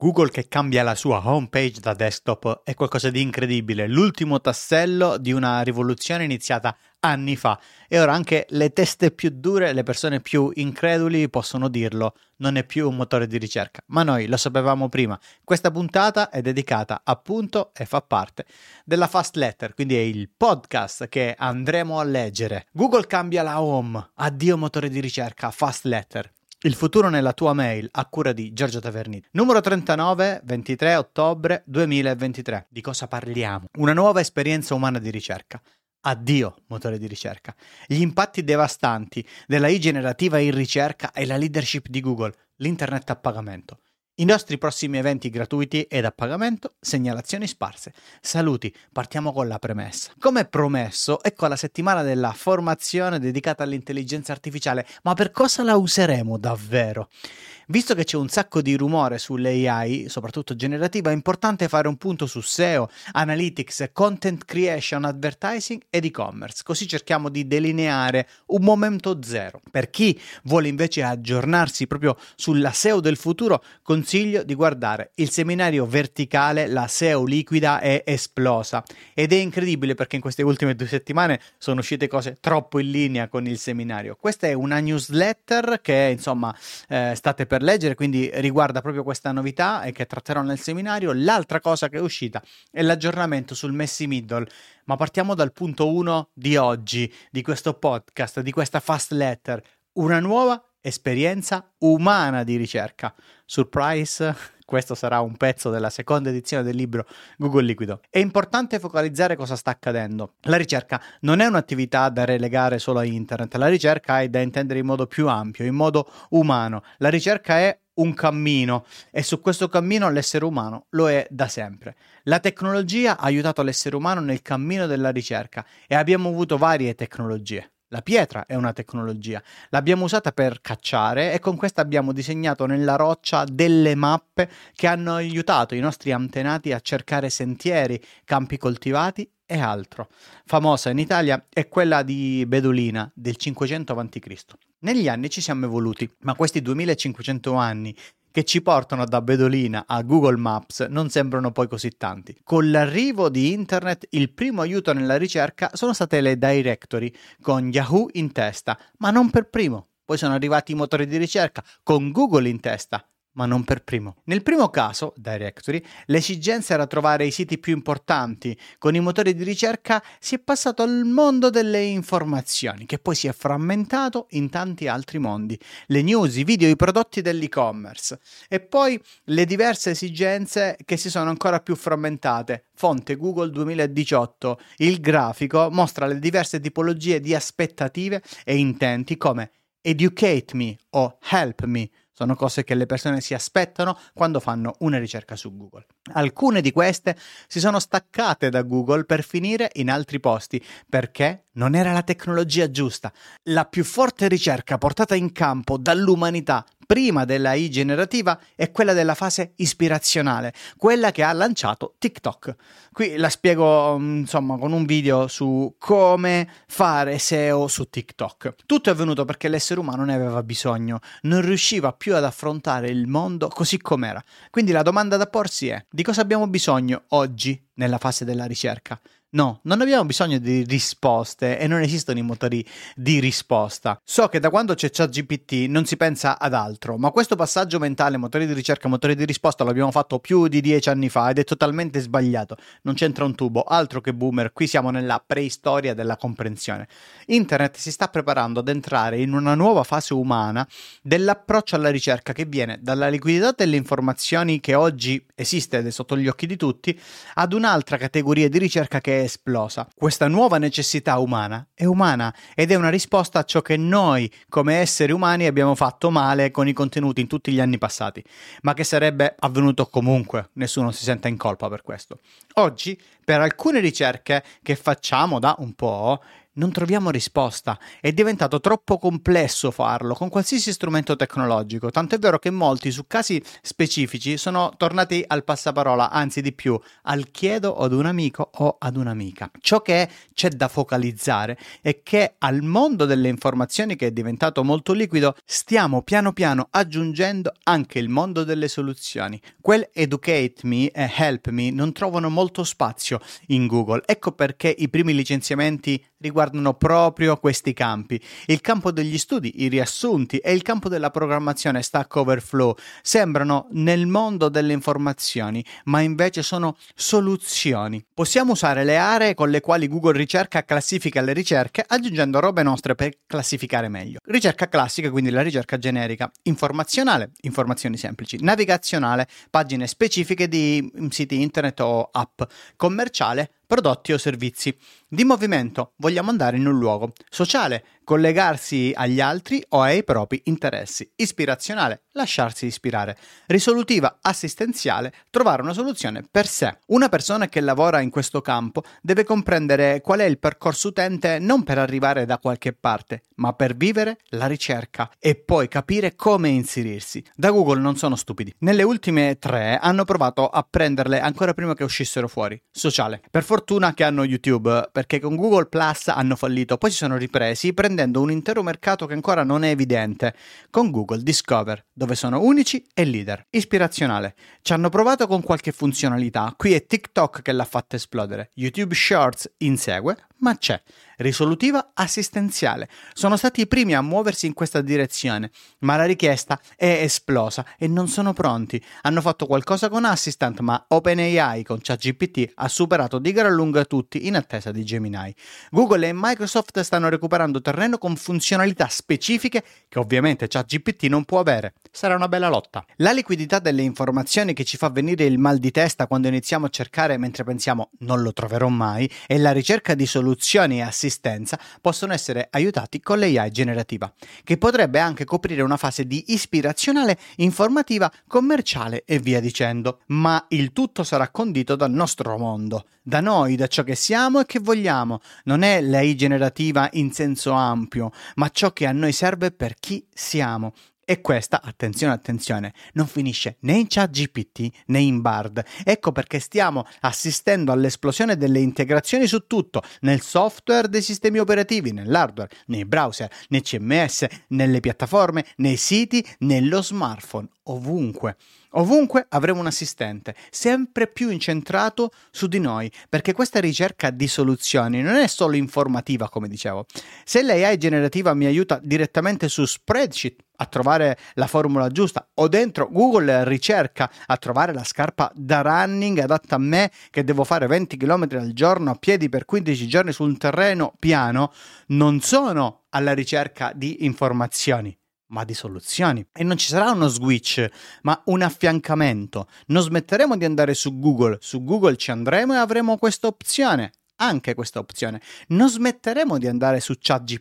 Google che cambia la sua homepage da desktop è qualcosa di incredibile, l'ultimo tassello di una rivoluzione iniziata anni fa e ora anche le teste più dure, le persone più increduli possono dirlo, non è più un motore di ricerca, ma noi lo sapevamo prima. Questa puntata è dedicata appunto e fa parte della Fast Letter, quindi è il podcast che andremo a leggere. Google cambia la home, addio motore di ricerca, Fast Letter. Il futuro nella tua mail, a cura di Giorgio Tavernini. Numero 39, 23 ottobre 2023. Di cosa parliamo? Una nuova esperienza umana di ricerca. Addio motore di ricerca. Gli impatti devastanti della AI generativa in ricerca e la leadership di Google, l'internet a pagamento. I nostri prossimi eventi gratuiti ed a pagamento, segnalazioni sparse. Saluti, partiamo con la premessa. Come promesso, ecco la settimana della formazione dedicata all'intelligenza artificiale, ma per cosa la useremo davvero? Visto che c'è un sacco di rumore sulle AI, soprattutto generativa, è importante fare un punto su SEO, Analytics, Content Creation, Advertising ed e-commerce, così cerchiamo di delineare un momento zero. Per chi vuole invece aggiornarsi proprio sulla SEO del futuro, consiglio di guardare il seminario verticale La SEO liquida è esplosa ed è incredibile perché in queste ultime 2 settimane sono uscite cose troppo in linea con il seminario. Questa è una newsletter che insomma state per leggere, quindi riguarda proprio questa novità e che tratterò nel seminario. L'altra cosa che è uscita è l'aggiornamento sul Messi Middle, ma partiamo dal punto 1 di oggi, di questo podcast, di questa Fast Letter, una nuova esperienza umana di ricerca. Surprise, questo sarà un pezzo della seconda edizione del libro Google Liquido. È importante focalizzare cosa sta accadendo. La ricerca non è un'attività da relegare solo a internet, la ricerca è da intendere in modo più ampio, in modo umano. La ricerca è un cammino e su questo cammino l'essere umano lo è da sempre. La tecnologia ha aiutato l'essere umano nel cammino della ricerca e abbiamo avuto varie tecnologie. La pietra è una tecnologia, l'abbiamo usata per cacciare e con questa abbiamo disegnato nella roccia delle mappe che hanno aiutato i nostri antenati a cercare sentieri, campi coltivati e altro. Famosa in Italia è quella di Bedolina del 500 a.C. Negli anni ci siamo evoluti, ma questi 2500 anni che ci portano da Bedolina a Google Maps non sembrano poi così tanti. Con l'arrivo di internet il primo aiuto nella ricerca sono state le directory con Yahoo in testa, ma non per primo. Poi sono arrivati i motori di ricerca con Google in testa, ma non per primo. Nel primo caso, directory, l'esigenza era trovare i siti più importanti. Con i motori di ricerca si è passato al mondo delle informazioni, che poi si è frammentato in tanti altri mondi. Le news, i video, i prodotti dell'e-commerce. E poi le diverse esigenze che si sono ancora più frammentate. Fonte Google 2018. Il grafico mostra le diverse tipologie di aspettative e intenti come educate me o help me. Sono cose che le persone si aspettano quando fanno una ricerca su Google. Alcune di queste si sono staccate da Google per finire in altri posti perché non era la tecnologia giusta. La più forte ricerca portata in campo dall'umanità prima della AI generativa è quella della fase ispirazionale, quella che ha lanciato TikTok. Qui la spiego insomma con un video su come fare SEO su TikTok. Tutto è avvenuto perché l'essere umano ne aveva bisogno, non riusciva più ad affrontare il mondo così com'era. Quindi la domanda da porsi è: di cosa abbiamo bisogno oggi nella fase della ricerca? No, non abbiamo bisogno di risposte e non esistono i motori di risposta. So che da quando c'è ChatGPT non si pensa ad altro, ma questo passaggio mentale, motori di ricerca, motori di risposta, l'abbiamo fatto più di 10 anni fa ed è totalmente sbagliato. Non c'entra un tubo, altro che boomer, qui siamo nella preistoria della comprensione. Internet si sta preparando ad entrare in una nuova fase umana dell'approccio alla ricerca che viene dalla liquidità delle informazioni che oggi esiste ed è sotto gli occhi di tutti ad un'altra categoria di ricerca che è esplosa. Questa nuova necessità umana è umana ed è una risposta a ciò che noi come esseri umani abbiamo fatto male con i contenuti in tutti gli anni passati, ma che sarebbe avvenuto comunque, nessuno si sente in colpa per questo. Oggi, per alcune ricerche che facciamo da un po', non troviamo risposta. È diventato troppo complesso farlo con qualsiasi strumento tecnologico, tanto è vero che molti su casi specifici sono tornati al passaparola, anzi di più, al chiedo ad un amico o ad un'amica. Ciò che c'è da focalizzare è che al mondo delle informazioni, che è diventato molto liquido, stiamo piano piano aggiungendo anche il mondo delle soluzioni. Quel educate me e help me non trovano molto spazio in Google. Ecco perché i primi licenziamenti riguardano proprio questi campi. Il campo degli studi, i riassunti e il campo della programmazione Stack Overflow sembrano nel mondo delle informazioni, ma invece sono soluzioni. Possiamo usare le aree con le quali Google ricerca e classifica le ricerche, aggiungendo robe nostre per classificare meglio. Ricerca classica, quindi la ricerca generica, informazionale, informazioni semplici, navigazionale, pagine specifiche di siti internet o app, commerciale, prodotti o servizi. Di movimento, vogliamo andare in un luogo. Sociale, collegarsi agli altri o ai propri interessi. Ispirazionale, lasciarsi ispirare. Risolutiva, assistenziale, trovare una soluzione per sé. Una persona che lavora in questo campo deve comprendere qual è il percorso utente non per arrivare da qualche parte, ma per vivere la ricerca e poi capire come inserirsi. Da Google non sono stupidi. Nelle ultime 3 hanno provato a prenderle ancora prima che uscissero fuori. Sociale. Per fortuna che hanno YouTube, perché con Google Plus hanno fallito, poi si sono ripresi prendendo un intero mercato che ancora non è evidente, con Google Discover, dove sono unici e leader. Ispirazionale. Ci hanno provato con qualche funzionalità, qui è TikTok che l'ha fatta esplodere, YouTube Shorts insegue, ma c'è. Risolutiva, assistenziale. Sono stati i primi a muoversi in questa direzione, ma la richiesta è esplosa e non sono pronti. Hanno fatto qualcosa con Assistant, ma OpenAI con ChatGPT ha superato di gran lunga tutti in attesa di Gemini. Google e Microsoft stanno recuperando terreno con funzionalità specifiche che ovviamente ChatGPT non può avere. Sarà una bella lotta. La liquidità delle informazioni che ci fa venire il mal di testa quando iniziamo a cercare mentre pensiamo non lo troverò mai e la ricerca di soluzioni e assistenza possono essere aiutati con l'AI generativa, che potrebbe anche coprire una fase di ispirazionale, informativa, commerciale e via dicendo. Ma il tutto sarà condito dal nostro mondo, da noi, da ciò che siamo e che vogliamo. Non è l'AI generativa in senso ampio, ma ciò che a noi serve per chi siamo. E questa, attenzione, non finisce né in ChatGPT né in Bard. Ecco perché stiamo assistendo all'esplosione delle integrazioni su tutto, nel software dei sistemi operativi, nell'hardware, nei browser, nei CMS, nelle piattaforme, nei siti, nello smartphone, ovunque. Ovunque avremo un assistente, sempre più incentrato su di noi, perché questa ricerca di soluzioni non è solo informativa, come dicevo. Se l'AI generativa mi aiuta direttamente su spreadsheet a trovare la formula giusta o dentro Google ricerca a trovare la scarpa da running adatta a me che devo fare 20 km al giorno a piedi per 15 giorni su un terreno piano, non sono alla ricerca di informazioni, ma di soluzioni. E non ci sarà uno switch, ma un affiancamento. Non smetteremo di andare su Google ci andremo e avremo questa opzione. Anche questa opzione. Non smetteremo di andare su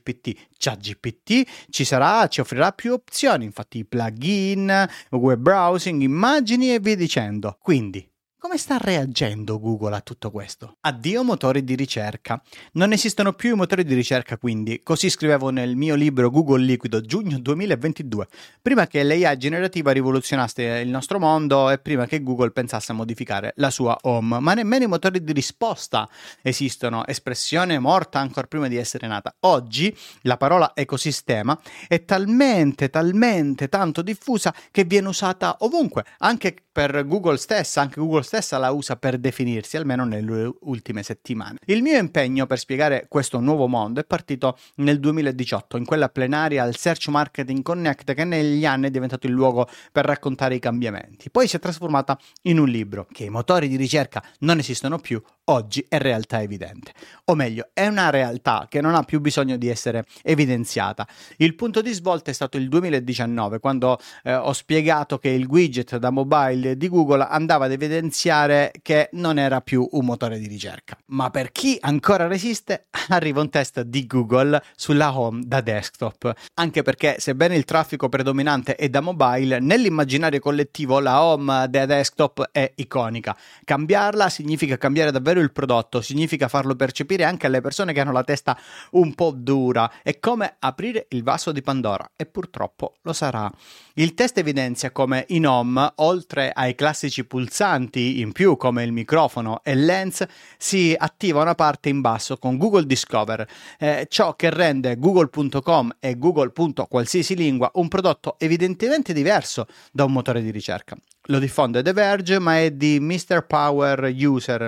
ChatGPT ci offrirà più opzioni, infatti plugin, web browsing, immagini e via dicendo. Quindi, come sta reagendo Google a tutto questo? Addio motori di ricerca. Non esistono più i motori di ricerca, quindi, così scrivevo nel mio libro Google Liquido, giugno 2022, prima che l'AI generativa rivoluzionasse il nostro mondo e prima che Google pensasse a modificare la sua home. Ma nemmeno i motori di risposta esistono, espressione morta ancora prima di essere nata. Oggi la parola ecosistema è talmente tanto diffusa che viene usata ovunque, anche per Google stessa, anche Google stessa la usa per definirsi, almeno nelle ultime settimane. Il mio impegno per spiegare questo nuovo mondo è partito nel 2018, in quella plenaria al Search Marketing Connect che negli anni è diventato il luogo per raccontare i cambiamenti. Poi si è trasformata in un libro, che i motori di ricerca non esistono più, oggi è realtà evidente. O meglio, è una realtà che non ha più bisogno di essere evidenziata. Il punto di svolta è stato il 2019, quando ho spiegato che il widget da mobile di Google andava ad evidenziare che non era più un motore di ricerca. Ma per chi ancora resiste, arriva un test di Google sulla home da desktop. Anche perché, sebbene il traffico predominante è da mobile, nell'immaginario collettivo la home da desktop è iconica. Cambiarla significa cambiare davvero davvero il prodotto, significa farlo percepire anche alle persone che hanno la testa un po' dura. È come aprire il vaso di Pandora, e purtroppo lo sarà. Il test evidenzia come in home, oltre ai classici pulsanti in più come il microfono e Lens, si attiva una parte in basso con Google Discover, ciò che rende google.com e google.qualsiasi lingua un prodotto evidentemente diverso da un motore di ricerca. Lo diffonde The Verge, ma è di Mr. Power User,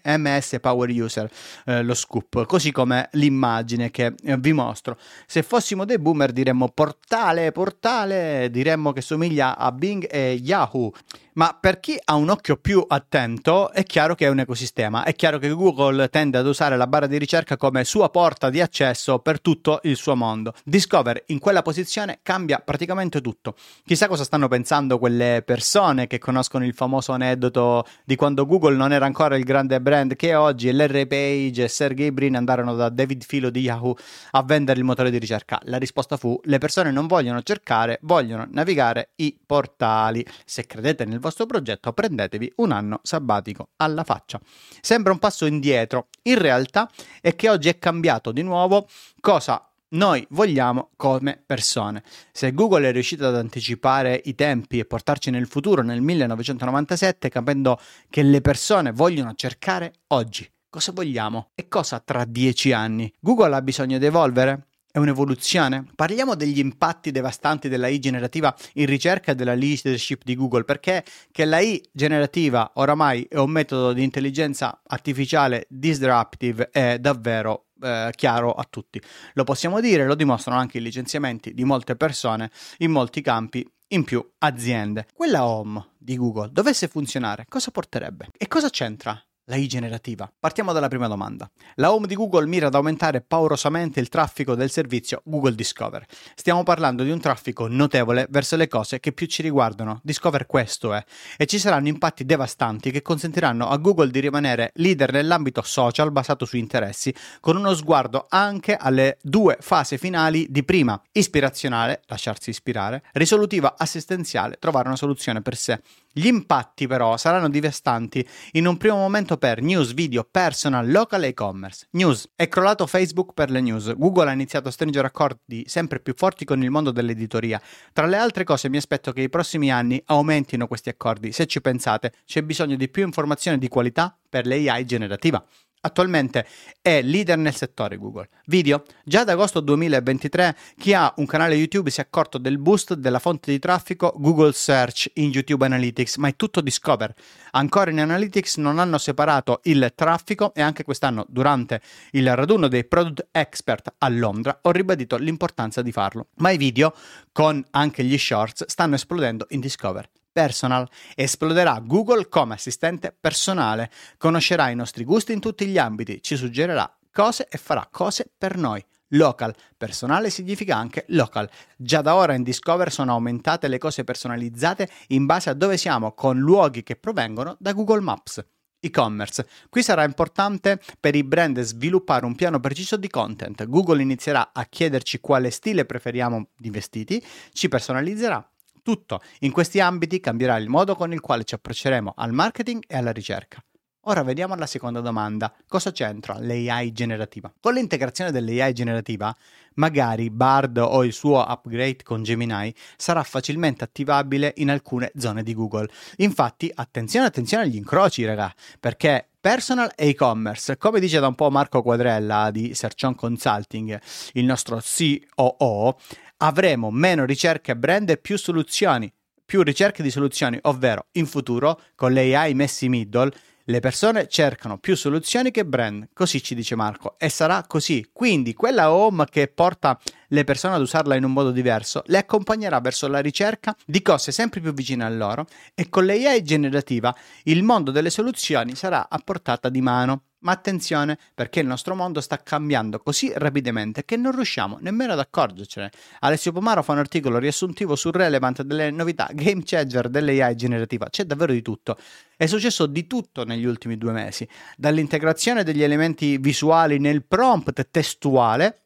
MS Power User, lo scoop, così come l'immagine che vi mostro. Se fossimo dei boomer diremmo portale, diremmo che somiglia a Bing e Yahoo. Ma per chi ha un occhio più attento è chiaro che è un ecosistema, è chiaro che Google tende ad usare la barra di ricerca come sua porta di accesso per tutto il suo mondo. Discover in quella posizione cambia praticamente tutto. Chissà cosa stanno pensando quelle persone che conoscono il famoso aneddoto di quando Google non era ancora il grande brand che è oggi, e Larry Page e Sergey Brin andarono da David Filo di Yahoo a vendere il motore di ricerca. La risposta fu: le persone non vogliono cercare, vogliono navigare i portali. Se credete nel vostro progetto, prendetevi un anno sabbatico alla faccia. Sembra un passo indietro, in realtà è che oggi è cambiato di nuovo cosa noi vogliamo come persone. Se Google è riuscito ad anticipare i tempi e portarci nel futuro nel 1997, capendo che le persone vogliono cercare oggi, cosa vogliamo? E cosa tra 10 anni? Google ha bisogno di evolvere? È un'evoluzione? Parliamo degli impatti devastanti dell'AI generativa in ricerca e della leadership di Google, perché che l'AI generativa oramai è un metodo di intelligenza artificiale disruptive è davvero chiaro a tutti. Lo possiamo dire, lo dimostrano anche i licenziamenti di molte persone in molti campi, in più aziende. Quella home di Google dovesse funzionare, cosa porterebbe? E cosa c'entra l'AI generativa? Partiamo dalla prima domanda. La home di Google mira ad aumentare paurosamente il traffico del servizio Google Discover. Stiamo parlando di un traffico notevole verso le cose che più ci riguardano. Discover questo è. E ci saranno impatti devastanti che consentiranno a Google di rimanere leader nell'ambito social basato su interessi, con uno sguardo anche alle due fasi finali di prima: ispirazionale, lasciarsi ispirare; risolutiva, assistenziale, trovare una soluzione per sé. Gli impatti però saranno devastanti in un primo momento per news, video, personal, local e e-commerce. News. È crollato Facebook per le news. Google ha iniziato a stringere accordi sempre più forti con il mondo dell'editoria. Tra le altre cose mi aspetto che i prossimi anni aumentino questi accordi. Se ci pensate, c'è bisogno di più informazione di qualità per l'AI generativa. Attualmente è leader nel settore Google. Video. Già ad agosto 2023 chi ha un canale YouTube si è accorto del boost della fonte di traffico Google Search in YouTube Analytics, ma è tutto Discover. Ancora in Analytics non hanno separato il traffico, e anche quest'anno durante il raduno dei Product Expert a Londra ho ribadito l'importanza di farlo. Ma i video, con anche gli shorts, stanno esplodendo in Discover. Personal. Esploderà Google come assistente personale, conoscerà i nostri gusti in tutti gli ambiti, ci suggerirà cose e farà cose per noi. Local. Personale significa anche local. Già da ora in Discover sono aumentate le cose personalizzate in base a dove siamo, con luoghi che provengono da Google Maps. E-commerce. Qui sarà importante per i brand sviluppare un piano preciso di content. Google inizierà a chiederci quale stile preferiamo di vestiti, ci personalizzerà tutto. In questi ambiti cambierà il modo con il quale ci approcceremo al marketing e alla ricerca. Ora vediamo la seconda domanda. Cosa c'entra l'AI generativa? Con l'integrazione dell'AI generativa, magari Bard o il suo upgrade con Gemini sarà facilmente attivabile in alcune zone di Google. Infatti, attenzione agli incroci, raga, perché personal e e-commerce, come dice da un po' Marco Quadrella di Search On Consulting, il nostro COO, avremo meno ricerche brand e più soluzioni, più ricerche di soluzioni, ovvero in futuro con l'AI messi middle le persone cercano più soluzioni che brand, così ci dice Marco, e sarà così. Quindi quella home che porta le persone ad usarla in un modo diverso le accompagnerà verso la ricerca di cose sempre più vicine a loro, e con l'AI generativa il mondo delle soluzioni sarà a portata di mano. Ma attenzione, perché il nostro mondo sta cambiando così rapidamente che non riusciamo nemmeno ad accorgercene. Alessio Pomaro fa un articolo riassuntivo sul relevant delle novità game changer dell'AI generativa. C'è davvero di tutto. È successo di tutto negli ultimi 2 mesi, dall'integrazione degli elementi visuali nel prompt testuale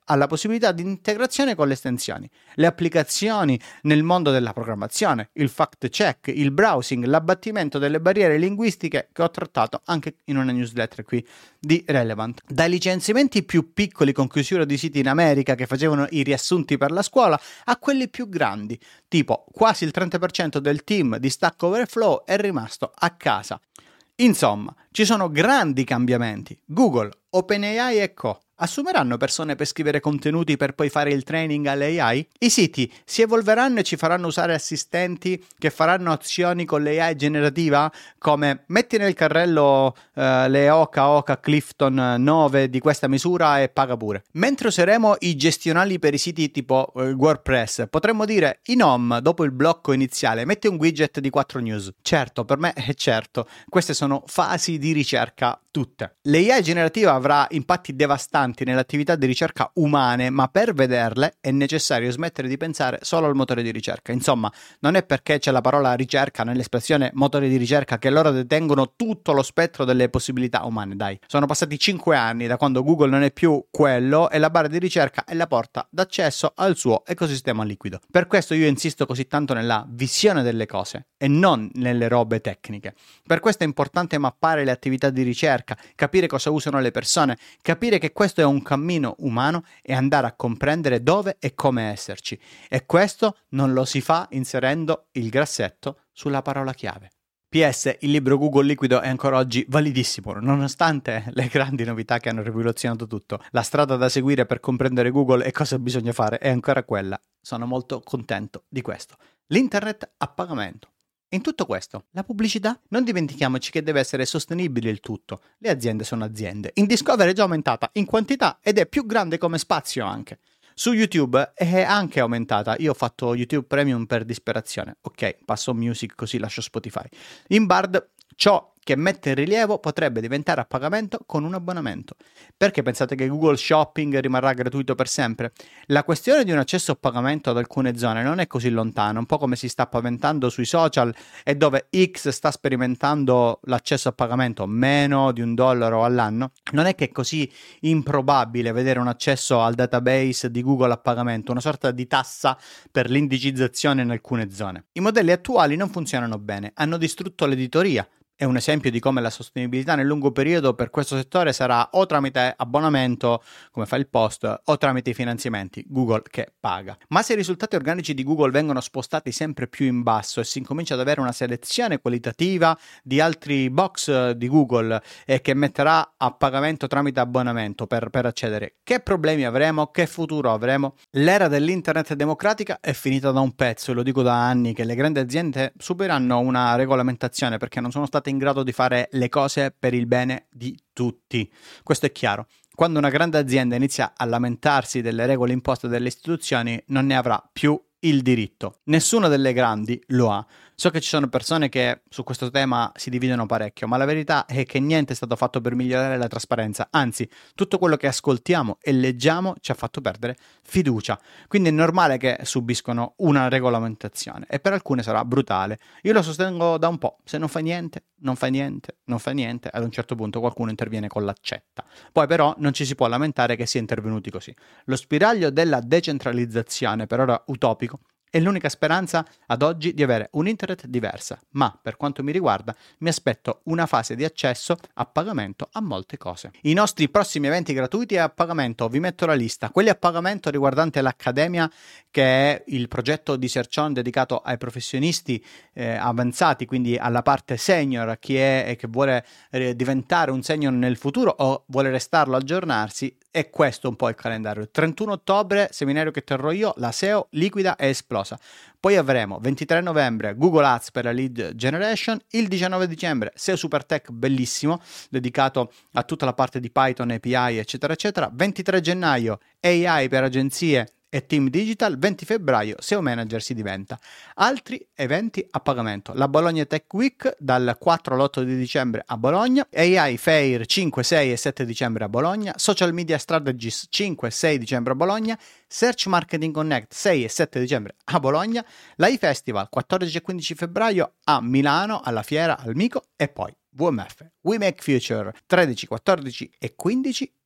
alla possibilità di integrazione con le estensioni, le applicazioni nel mondo della programmazione, il fact check, il browsing, l'abbattimento delle barriere linguistiche che ho trattato anche in una newsletter qui di Relevant. Dai licenziamenti più piccoli con chiusura di siti in America che facevano i riassunti per la scuola a quelli più grandi, tipo quasi il 30% del team di Stack Overflow è rimasto a casa. Insomma, ci sono grandi cambiamenti. Google, OpenAI e co. Assumeranno persone per scrivere contenuti per poi fare il training all'AI? I siti si evolveranno e ci faranno usare assistenti che faranno azioni con l'AI generativa? Come metti nel carrello le Oca Clifton 9 di questa misura e paga pure. Mentre useremo i gestionali per i siti tipo WordPress, potremmo dire in home, dopo il blocco iniziale, metti un widget di 4 news. Certo, per me è certo. Queste sono fasi di ricerca tutte. L'AI generativa avrà impatti devastanti nelle attività di ricerca umane, ma per vederle è necessario smettere di pensare solo al motore di ricerca. Insomma, non è perché c'è la parola ricerca nell'espressione motore di ricerca che loro detengono tutto lo spettro delle possibilità umane, dai. Sono passati 5 anni da quando Google non è più quello e la barra di ricerca è la porta d'accesso al suo ecosistema liquido. Per questo io insisto così tanto nella visione delle cose e non nelle robe tecniche. Per questo è importante mappare le attività di ricerca, capire cosa usano le persone, capire che questo è un cammino umano e andare a comprendere dove e come esserci. E questo non lo si fa inserendo il grassetto sulla parola chiave. PS, il libro Google Liquido è ancora oggi validissimo, nonostante le grandi novità che hanno rivoluzionato tutto. La strada da seguire per comprendere Google e cosa bisogna fare è ancora quella. Sono molto contento di questo. L'internet a pagamento. In tutto questo, la pubblicità? Non dimentichiamoci che deve essere sostenibile il tutto. Le aziende sono aziende. In Discover è già aumentata in quantità ed è più grande come spazio anche. Su YouTube è anche aumentata. Io ho fatto YouTube Premium per disperazione. Ok, passo Music così lascio Spotify. In Bard ciò che mette in rilievo potrebbe diventare a pagamento con un abbonamento. Perché pensate che Google Shopping rimarrà gratuito per sempre? La questione di un accesso a pagamento ad alcune zone non è così lontana, un po' come si sta paventando sui social e dove X sta sperimentando l'accesso a pagamento meno di $1 all'anno. Non è che è così improbabile vedere un accesso al database di Google a pagamento, una sorta di tassa per l'indicizzazione in alcune zone. I modelli attuali non funzionano bene, hanno distrutto l'editoria. È un esempio di come la sostenibilità nel lungo periodo per questo settore sarà o tramite abbonamento, come fa il Post, o tramite i finanziamenti, Google che paga. Ma se i risultati organici di Google vengono spostati sempre più in basso e si incomincia ad avere una selezione qualitativa di altri box di Google che metterà a pagamento tramite abbonamento per accedere, che problemi avremo? Che futuro avremo? L'era dell'internet democratica è finita da un pezzo e lo dico da anni che le grandi aziende subiranno una regolamentazione perché non sono state in grado di fare le cose per il bene di tutti. Questo è chiaro. Quando una grande azienda inizia a lamentarsi delle regole imposte dalle istituzioni, non ne avrà più il diritto. Nessuna delle grandi lo ha. So che ci sono persone che su questo tema si dividono parecchio, ma la verità è che niente è stato fatto per migliorare la trasparenza, anzi, tutto quello che ascoltiamo e leggiamo ci ha fatto perdere fiducia. Quindi è normale che subiscono una regolamentazione e per alcune sarà brutale. Io lo sostengo da un po', se non fa niente, non fa niente, non fa niente, ad un certo punto qualcuno interviene con l'accetta. Poi però non ci si può lamentare che sia intervenuti così. Lo spiraglio della decentralizzazione, per ora utopico, è l'unica speranza ad oggi di avere un internet diversa, ma per quanto mi riguarda mi aspetto una fase di accesso a pagamento a molte cose. I nostri prossimi eventi gratuiti è a pagamento, vi metto la lista, quelli a pagamento riguardante l'Accademia, che è il progetto di Search On dedicato ai professionisti avanzati, quindi alla parte senior, a chi è e che vuole diventare un senior nel futuro o vuole restarlo, aggiornarsi. E questo un po' il calendario. Il 31 ottobre, seminario che terrò io, la SEO liquida e esplosa. Poi avremo 23 novembre Google Ads per la lead generation, il 19 dicembre SEO Super Tech bellissimo, dedicato a tutta la parte di Python, API, eccetera, eccetera. 23 gennaio AI per agenzie e Team Digital, 20 febbraio SEO Manager si diventa. Altri eventi a pagamento: la Bologna Tech Week dal 4 all'8 di dicembre a Bologna, AI Fair 5, 6 e 7 dicembre a Bologna, Social Media Strategies 5 e 6 dicembre a Bologna, Search Marketing Connect 6 e 7 dicembre a Bologna, l'iFestival 14 e 15 febbraio a Milano alla Fiera al Mico e poi WMF, We Make Future 13, 14 e 15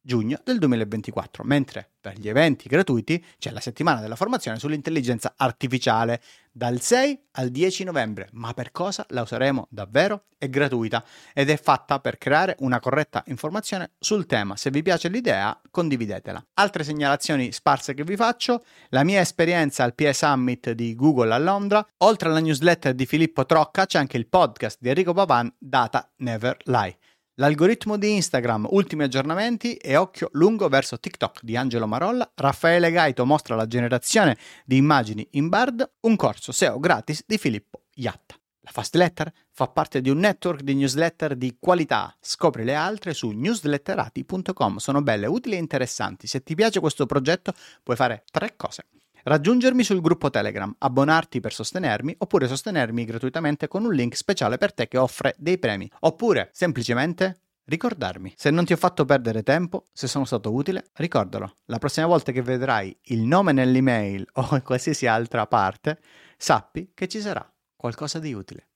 giugno del 2024, mentre per gli eventi gratuiti c'è la settimana della formazione sull'intelligenza artificiale dal 6 al 10 novembre. Ma per cosa la useremo davvero? È gratuita ed è fatta per creare una corretta informazione sul tema. Se vi piace l'idea, condividetela. Altre segnalazioni sparse che vi faccio: la mia esperienza al PE Summit di Google a Londra. Oltre alla newsletter di Filippo Trocca c'è anche il podcast di Enrico Pavan, Data Never Lie. L'algoritmo di Instagram, ultimi aggiornamenti e occhio lungo verso TikTok di Angelo Marolla. Raffaele Gaito mostra la generazione di immagini in Bard, un corso SEO gratis di Filippo Iatta. La Fast Letter fa parte di un network di newsletter di qualità. Scopri le altre su newsletterati.com. Sono belle, utili e interessanti. Se ti piace questo progetto puoi fare 3 cose. Raggiungermi sul gruppo Telegram, abbonarti per sostenermi, oppure sostenermi gratuitamente con un link speciale per te che offre dei premi, oppure semplicemente ricordarmi. Se non ti ho fatto perdere tempo, se sono stato utile, ricordalo. La prossima volta che vedrai il nome nell'email o in qualsiasi altra parte, sappi che ci sarà qualcosa di utile.